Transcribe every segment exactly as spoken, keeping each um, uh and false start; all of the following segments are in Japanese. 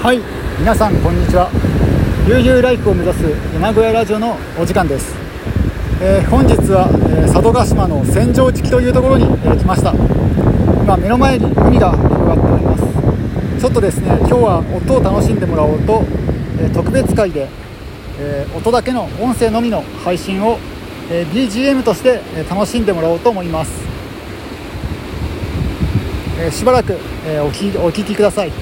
はい、皆さんこんにちは。悠々ライフを目指す山小屋ラジオのお時間です。えー、本日は、えー、佐渡島の千畳敷というところに、えー、来ました。今目の前に海が広がっております。ちょっとですね、今日は音を楽しんでもらおうと、えー、特別会で、えー、音だけの音声のみの配信を、えー、ビージーエム として、えー、楽しんでもらおうと思います。えー、しばらく、えー、お聞き、お聞きください。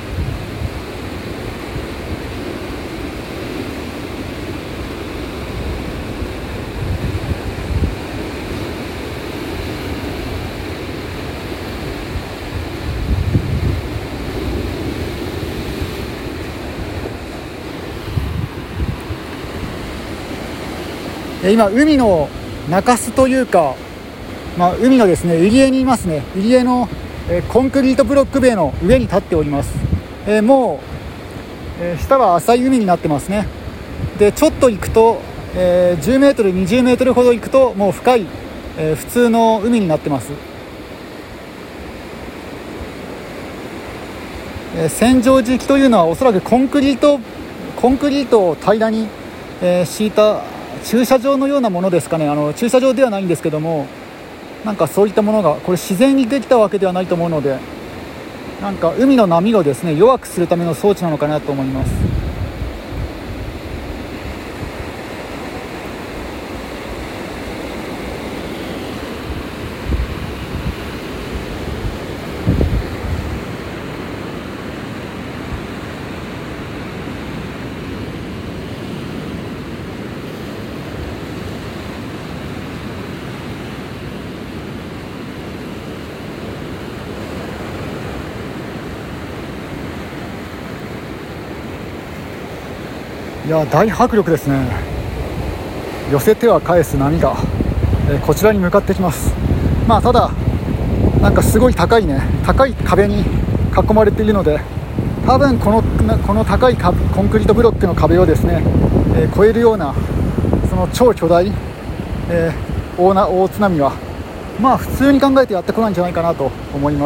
今海の中州というか、まあ、海のですね入り江にいますね。入り江の、えー、コンクリートブロック塀の上に立っております。えー、もう、えー、下は浅い海になってますね。でちょっと行くと、えー、じゅうメートルにじゅうメートルほど行くともう深い、えー、普通の海になってます。えー、千畳敷というのはおそらくコンクリートコンクリートを平らに、えー、敷いた駐車場のようなものですかね。あの駐車場ではないんですけども、なんかそういったものがこれ自然にできたわけではないと思うので、なんか海の波をですね弱くするための装置なのかなと思います。いや大迫力ですね。寄せては返す波が、えー、こちらに向かってきます。まあただなんかすごい高いね高い壁に囲まれているので、多分このこの高いコンクリートブロックの壁をですね、えー、越えるようなその超巨大、えー、大な大津波はまあ普通に考えてやってこないんじゃないかなと思います。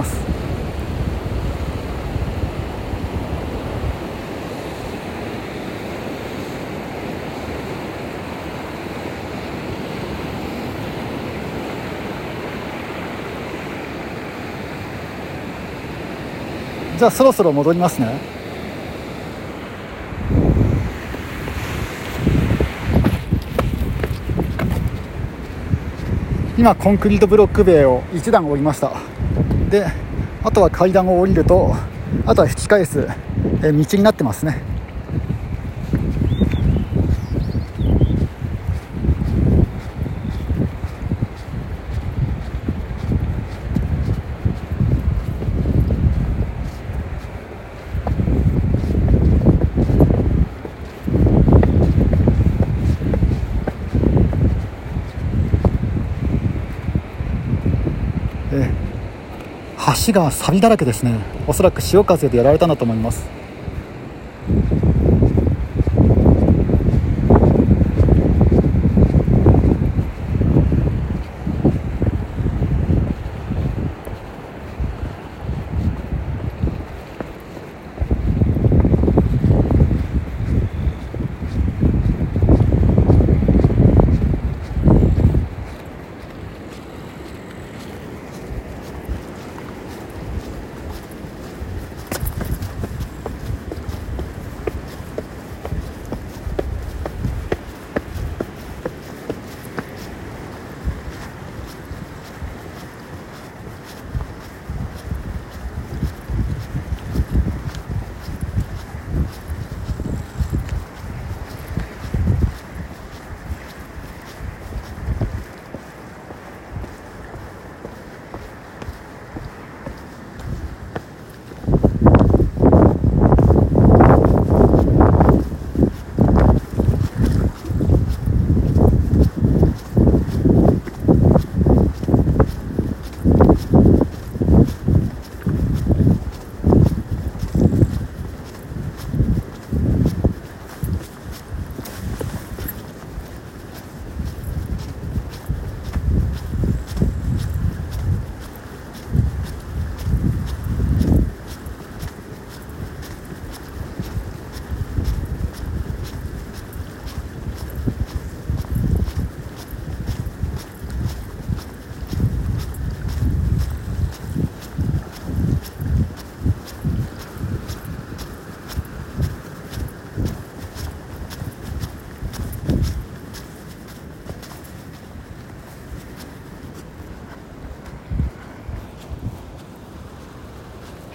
じゃあそろそろ戻りますね。今コンクリートブロック塀を一段降りました。であとは階段を降りると、あとは引き返す道になってますね。橋が錆だらけですね。おそらく潮風でやられたんだと思います。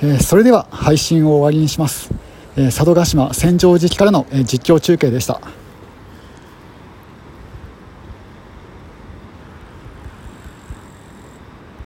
えー、それでは配信を終わりにします。えー、佐渡島千畳敷からの、えー、実況中継でした。